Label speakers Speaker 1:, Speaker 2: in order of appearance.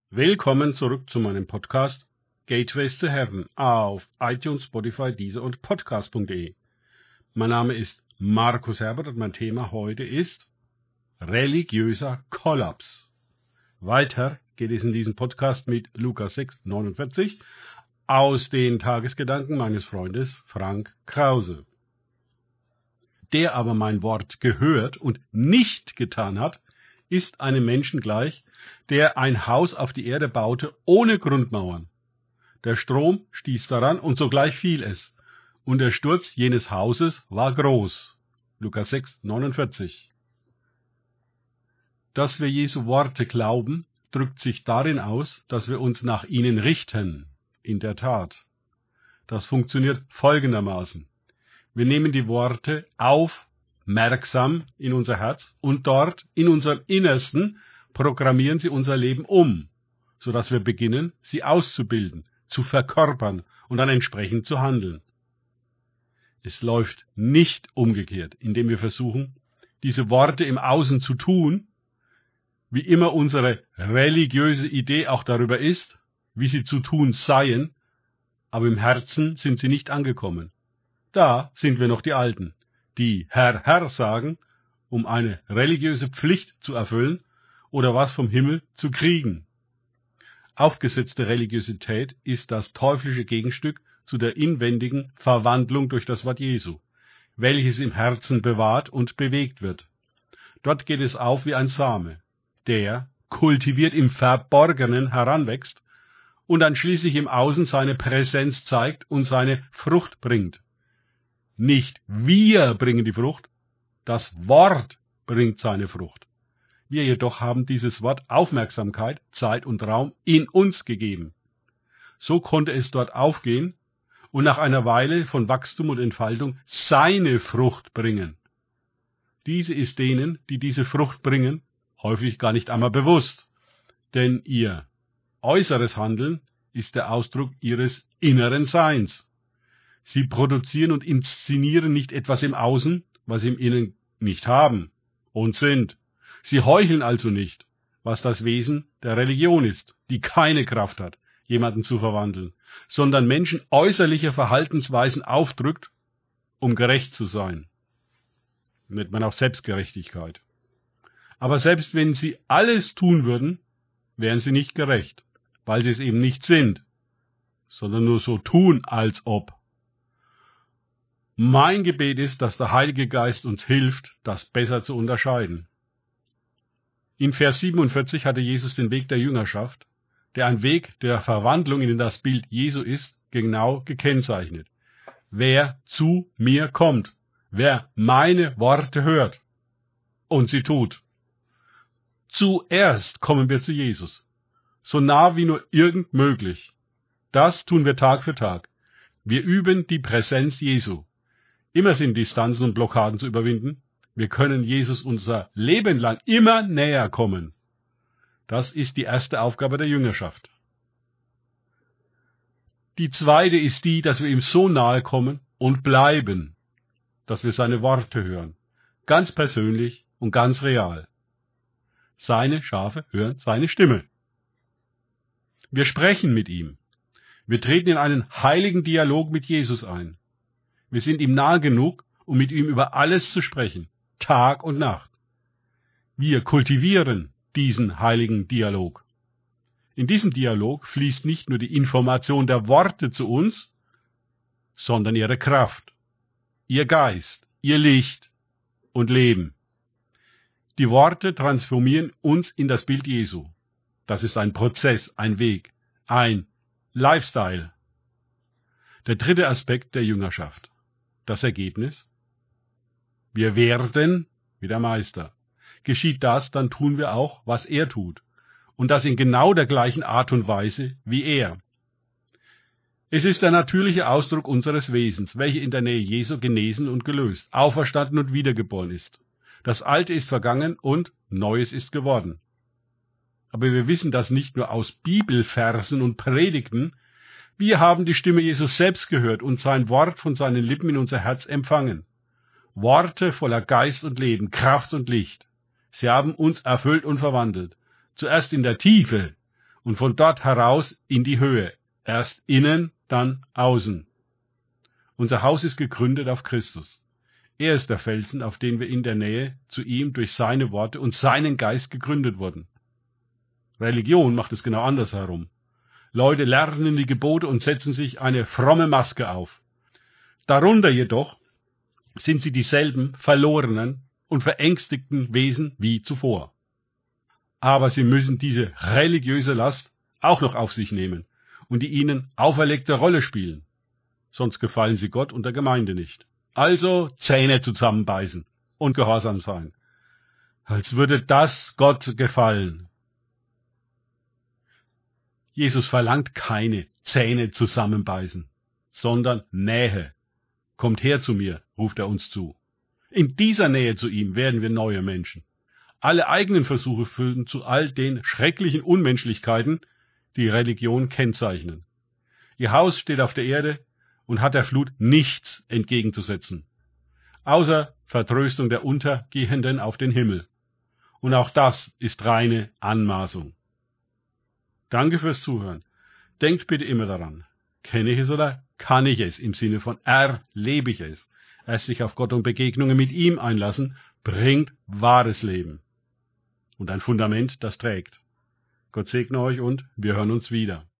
Speaker 1: Willkommen zurück zu meinem Podcast Gateways to Heaven auf iTunes, Spotify, Deezer und Podcast.de. Mein Name ist Markus Herbert und mein Thema heute ist religiöser Kollaps. Weiter geht es in diesem Podcast mit Lukas 6,49 aus den Tagesgedanken meines Freundes Frank Krause. Der aber mein Wort gehört und nicht getan hat, ist einem Menschen gleich, der ein Haus auf die Erde baute ohne Grundmauern. Der Strom stieß daran und sogleich fiel es, und der Sturz jenes Hauses war groß. Lukas 6,49. Dass wir Jesu Worte glauben, drückt sich darin aus, dass wir uns nach ihnen richten. In der Tat. Das funktioniert folgendermaßen. Wir nehmen die Worte aufmerksam in unser Herz und dort in unserem Innersten programmieren sie unser Leben um, sodass wir beginnen, sie auszubilden, zu verkörpern und dann entsprechend zu handeln. Es läuft nicht umgekehrt, indem wir versuchen, diese Worte im Außen zu tun, wie immer unsere religiöse Idee auch darüber ist, wie sie zu tun seien, aber im Herzen sind sie nicht angekommen. Da sind wir noch die Alten, die Herr, Herr sagen, um eine religiöse Pflicht zu erfüllen oder was vom Himmel zu kriegen. Aufgesetzte Religiosität ist das teuflische Gegenstück zu der inwendigen Verwandlung durch das Wort Jesu, welches im Herzen bewahrt und bewegt wird. Dort geht es auf wie ein Same, der, kultiviert im Verborgenen, heranwächst und dann schließlich im Außen seine Präsenz zeigt und seine Frucht bringt. Nicht wir bringen die Frucht, das Wort bringt seine Frucht. Wir jedoch haben dieses Wort Aufmerksamkeit, Zeit und Raum in uns gegeben. So konnte es dort aufgehen und nach einer Weile von Wachstum und Entfaltung seine Frucht bringen. Diese ist denen, die diese Frucht bringen, häufig gar nicht einmal bewusst, denn ihr äußeres Handeln ist der Ausdruck ihres inneren Seins. Sie produzieren und inszenieren nicht etwas im Außen, was sie im Innen nicht haben und sind. Sie heucheln also nicht, was das Wesen der Religion ist, die keine Kraft hat, jemanden zu verwandeln, sondern Menschen äußerliche Verhaltensweisen aufdrückt, um gerecht zu sein. Nennt man auch Selbstgerechtigkeit. Aber selbst wenn sie alles tun würden, wären sie nicht gerecht, weil sie es eben nicht sind, sondern nur so tun, als ob. Mein Gebet ist, dass der Heilige Geist uns hilft, das besser zu unterscheiden. In Vers 47 hatte Jesus den Weg der Jüngerschaft, der ein Weg der Verwandlung in das Bild Jesu ist, genau gekennzeichnet. Wer zu mir kommt, wer meine Worte hört und sie tut. Zuerst kommen wir zu Jesus, so nah wie nur irgend möglich. Das tun wir Tag für Tag. Wir üben die Präsenz Jesu. Immer sind Distanzen und Blockaden zu überwinden. Wir können Jesus unser Leben lang immer näher kommen. Das ist die erste Aufgabe der Jüngerschaft. Die zweite ist die, dass wir ihm so nahe kommen und bleiben, dass wir seine Worte hören, ganz persönlich und ganz real. Seine Schafe hören seine Stimme. Wir sprechen mit ihm. Wir treten in einen heiligen Dialog mit Jesus ein. Wir sind ihm nahe genug, um mit ihm über alles zu sprechen, Tag und Nacht. Wir kultivieren diesen heiligen Dialog. In diesem Dialog fließt nicht nur die Information der Worte zu uns, sondern ihre Kraft, ihr Geist, ihr Licht und Leben. Die Worte transformieren uns in das Bild Jesu. Das ist ein Prozess, ein Weg, ein Lifestyle. Der dritte Aspekt der Jüngerschaft. Das Ergebnis? Wir werden wie der Meister. Geschieht das, dann tun wir auch, was er tut. Und das in genau der gleichen Art und Weise wie er. Es ist der natürliche Ausdruck unseres Wesens, welcher in der Nähe Jesu genesen und gelöst, auferstanden und wiedergeboren ist. Das Alte ist vergangen und Neues ist geworden. Aber wir wissen das nicht nur aus Bibelversen und Predigten. Wir haben die Stimme Jesus selbst gehört und sein Wort von seinen Lippen in unser Herz empfangen. Worte voller Geist und Leben, Kraft und Licht. Sie haben uns erfüllt und verwandelt. Zuerst in der Tiefe und von dort heraus in die Höhe, erst innen, dann außen. Unser Haus ist gegründet auf Christus. Er ist der Felsen, auf den wir in der Nähe zu ihm durch seine Worte und seinen Geist gegründet wurden. Religion macht es genau andersherum. Leute lernen die Gebote und setzen sich eine fromme Maske auf. Darunter jedoch sind sie dieselben verlorenen und verängstigten Wesen wie zuvor. Aber sie müssen diese religiöse Last auch noch auf sich nehmen und die ihnen auferlegte Rolle spielen. Sonst gefallen sie Gott und der Gemeinde nicht. Also Zähne zusammenbeißen und gehorsam sein. Als würde das Gott gefallen. Jesus verlangt keine Zähne zusammenbeißen, sondern Nähe. Kommt her zu mir, ruft er uns zu. In dieser Nähe zu ihm werden wir neue Menschen. Alle eigenen Versuche führen zu all den schrecklichen Unmenschlichkeiten, die Religion kennzeichnen. Ihr Haus steht auf der Erde und hat der Flut nichts entgegenzusetzen, außer Vertröstung der Untergehenden auf den Himmel. Und auch das ist reine Anmaßung. Danke fürs Zuhören. Denkt bitte immer daran, kenne ich es oder kann ich es, im Sinne von erlebe ich es. Erst sich auf Gott und Begegnungen mit ihm einlassen, bringt wahres Leben. Und ein Fundament, das trägt. Gott segne euch und wir hören uns wieder.